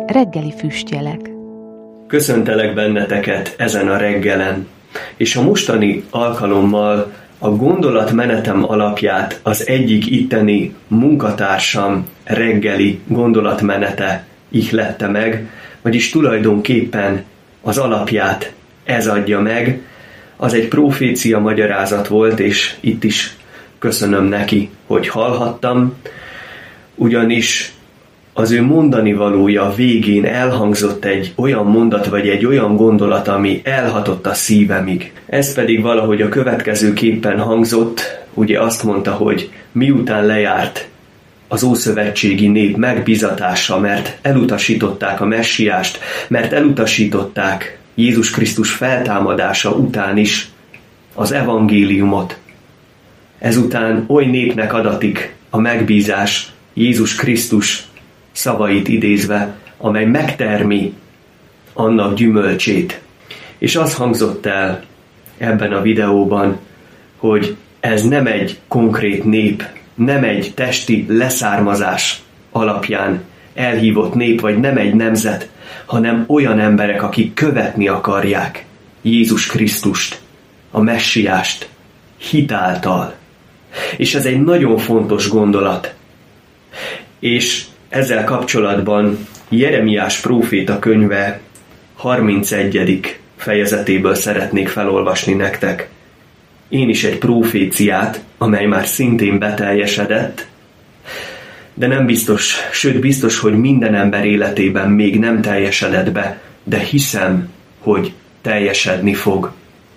reggeli füstjelek. Köszöntelek benneteket ezen a reggelen, és a mostani alkalommal a gondolatmenetem alapját az egyik itteni munkatársam reggeli gondolatmenete ihlette meg, vagyis tulajdonképpen az alapját ez adja meg. Az egy profécia magyarázat volt, és itt is köszönöm neki, hogy hallhattam, ugyanis az ő mondani valója végén elhangzott egy olyan mondat, vagy egy olyan gondolat, ami elhatott a szívemig. Ez pedig valahogy a következőképpen hangzott, ugye azt mondta, hogy miután lejárt az ószövetségi nép megbizatása, mert elutasították a messiást, mert elutasították Jézus Krisztus feltámadása után is az evangéliumot. Ezután oly népnek adatik a megbízás Jézus Krisztus szavait idézve, amely megtermi annak gyümölcsét. És az hangzott el ebben a videóban, hogy ez nem egy konkrét nép, nem egy testi leszármazás alapján elhívott nép, vagy nem egy nemzet, hanem olyan emberek, akik követni akarják Jézus Krisztust, a messiást hitáltal. És ez egy nagyon fontos gondolat. És ezzel kapcsolatban Jeremiás próféta könyve 31. fejezetéből szeretnék felolvasni nektek. Én is egy proféciát, amely már szintén beteljesedett, de nem biztos, sőt biztos, hogy minden ember életében még nem teljesedett be, de hiszem, hogy teljesedni fog.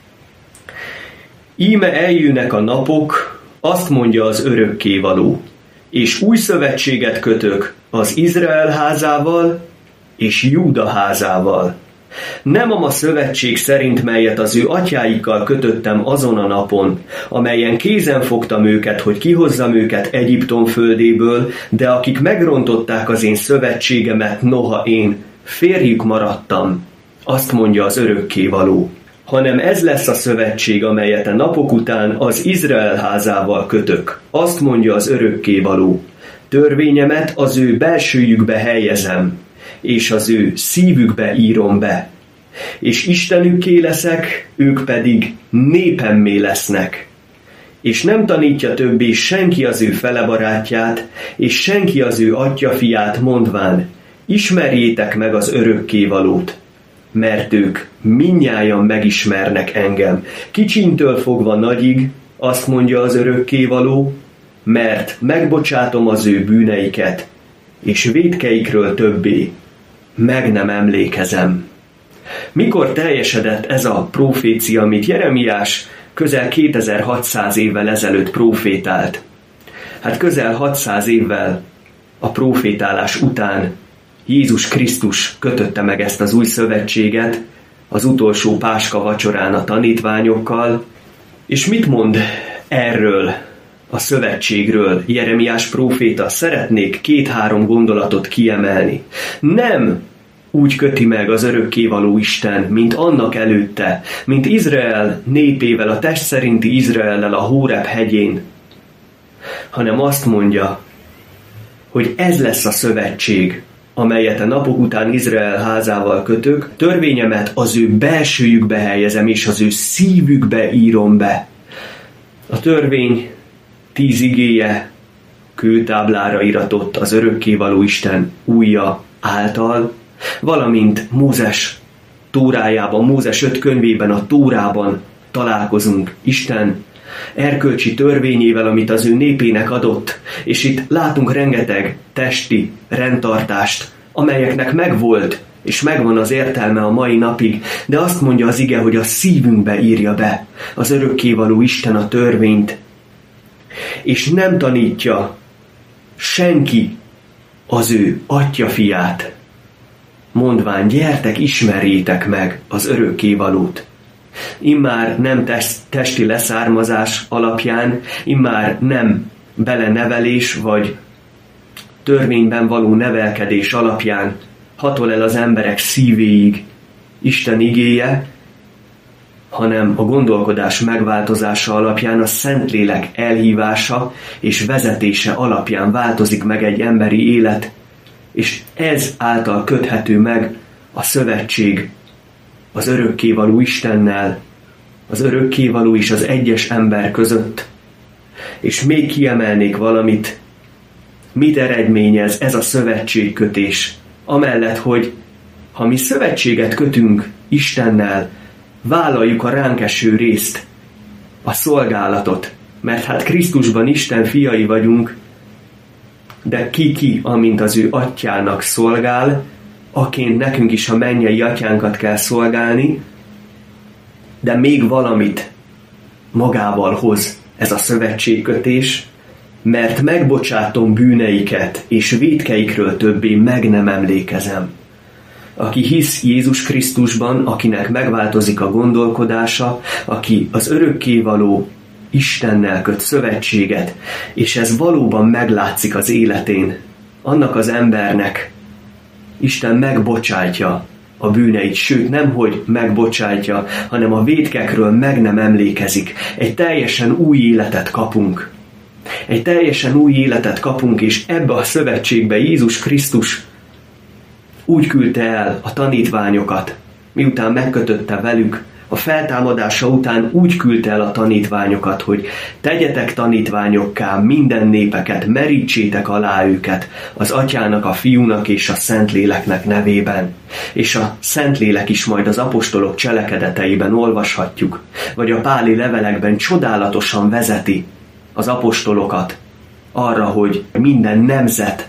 Íme eljönnek a napok, azt mondja az örökkévaló, és új szövetséget kötök az Izrael házával és Júda házával. Nem a ma szövetség szerint, melyet az ő atyáikkal kötöttem azon a napon, amelyen kézen fogtam őket, hogy kihozzam őket Egyiptom földéből, de akik megrontották az én szövetségemet, noha én férjük maradtam, azt mondja az örökkévaló. Hanem ez lesz a szövetség, amelyet a napok után az Izrael házával kötök. Azt mondja az örökkévaló. Törvényemet az ő belsőjükbe helyezem, és az ő szívükbe írom be. És Istenükké leszek, ők pedig népemmé lesznek. És nem tanítja többé senki az ő felebarátját, és senki az ő atyafiát, mondván, ismerjétek meg az örökkévalót, mert ők mindnyájan megismernek engem. Kicsintől fogva nagyig, azt mondja az örökkévaló, mert megbocsátom az ő bűneiket, és vétkeikről többé meg nem emlékezem. Mikor teljesedett ez a profécia, amit Jeremiás közel 2600 évvel ezelőtt profétált? Hát közel 600 évvel a profétálás után Jézus Krisztus kötötte meg ezt az új szövetséget az utolsó Páska vacsorán a tanítványokkal. És mit mond erről a szövetségről Jeremiás próféta? Szeretnék 2-3 gondolatot kiemelni. Nem úgy köti meg az örökkévaló Isten, mint annak előtte, mint Izrael népével, a test szerinti Izraellel a Hóreb hegyén, hanem azt mondja, hogy ez lesz a szövetség, amelyet a napok után Izrael házával kötök, törvényemet az ő belsőjükbe helyezem, és az ő szívükbe írom be. A törvény 10 igéje kőtáblára iratott az örökkévaló Isten ujja által, valamint Mózes Tórájában, Mózes 5 könyvében, a Tórában találkozunk Isten erkölcsi törvényével, amit az ő népének adott, és itt látunk rengeteg testi rendtartást, amelyeknek megvolt, és megvan az értelme a mai napig, de azt mondja az ige, hogy a szívünkbe írja be az örökkévaló Isten a törvényt, és nem tanítja senki az ő atyafiát, mondván, gyertek, ismerjétek meg az örökkévalót. Immár nem testi leszármazás alapján, immár nem belenevelés vagy törvényben való nevelkedés alapján hatol el az emberek szívéig Isten igéje, hanem a gondolkodás megváltozása alapján, a Szentlélek elhívása és vezetése alapján változik meg egy emberi élet, és ez által köthető meg a szövetség az örökkévaló Istennel, az örökkévaló és az egyes ember között. És még kiemelnék valamit, mit eredményez ez a szövetségkötés, amellett, hogy ha mi szövetséget kötünk Istennel, vállaljuk a ránk eső részt, a szolgálatot, mert hát Krisztusban Isten fiai vagyunk, de ki, amint az ő atyának szolgál, aként nekünk is a mennyei atyánkat kell szolgálni, de még valamit magával hoz ez a szövetségkötés, mert megbocsátom bűneiket, és vétkeikről többé meg nem emlékezem. Aki hisz Jézus Krisztusban, akinek megváltozik a gondolkodása, aki az örökkévaló Istennel köt szövetséget, és ez valóban meglátszik az életén, annak az embernek Isten megbocsátja a bűneit, sőt nemhogy megbocsátja, hanem a vétkekről meg nem emlékezik. Egy teljesen új életet kapunk. Egy teljesen új életet kapunk, és ebbe a szövetségbe Jézus Krisztus úgy küldte el a tanítványokat, miután megkötötte velük, a feltámadása után úgy küldte el a tanítványokat, hogy tegyetek tanítványokká minden népeket, merítsétek alá őket az Atyának, a Fiúnak és a Szentléleknek nevében. És a Szentlélek is majd az apostolok cselekedeteiben olvashatjuk, vagy a páli levelekben csodálatosan vezeti az apostolokat arra, hogy minden nemzet,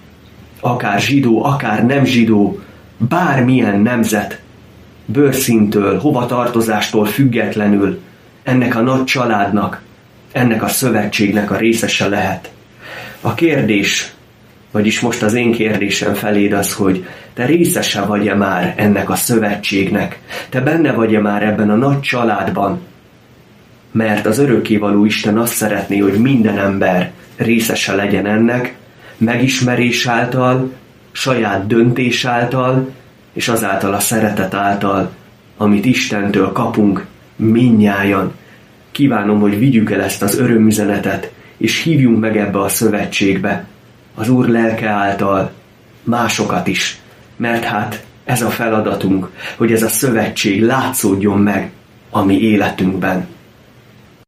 akár zsidó, akár nem zsidó, bármilyen nemzet, bőrszíntől, hovatartozástól függetlenül ennek a nagy családnak, ennek a szövetségnek a részese lehet. A kérdés, vagyis most az én kérdésem feléd az, hogy te részese vagy-e már ennek a szövetségnek? Te benne vagy-e már ebben a nagy családban? Mert az örökkévaló Isten azt szeretné, hogy minden ember részese legyen ennek, megismerés által, saját döntés által, és azáltal a szeretet által, amit Istentől kapunk mindnyájan. Kívánom, hogy vigyük el ezt az örömüzenetet, és hívjunk meg ebbe a szövetségbe, az Úr lelke által másokat is, mert hát ez a feladatunk, hogy ez a szövetség látszódjon meg a mi életünkben.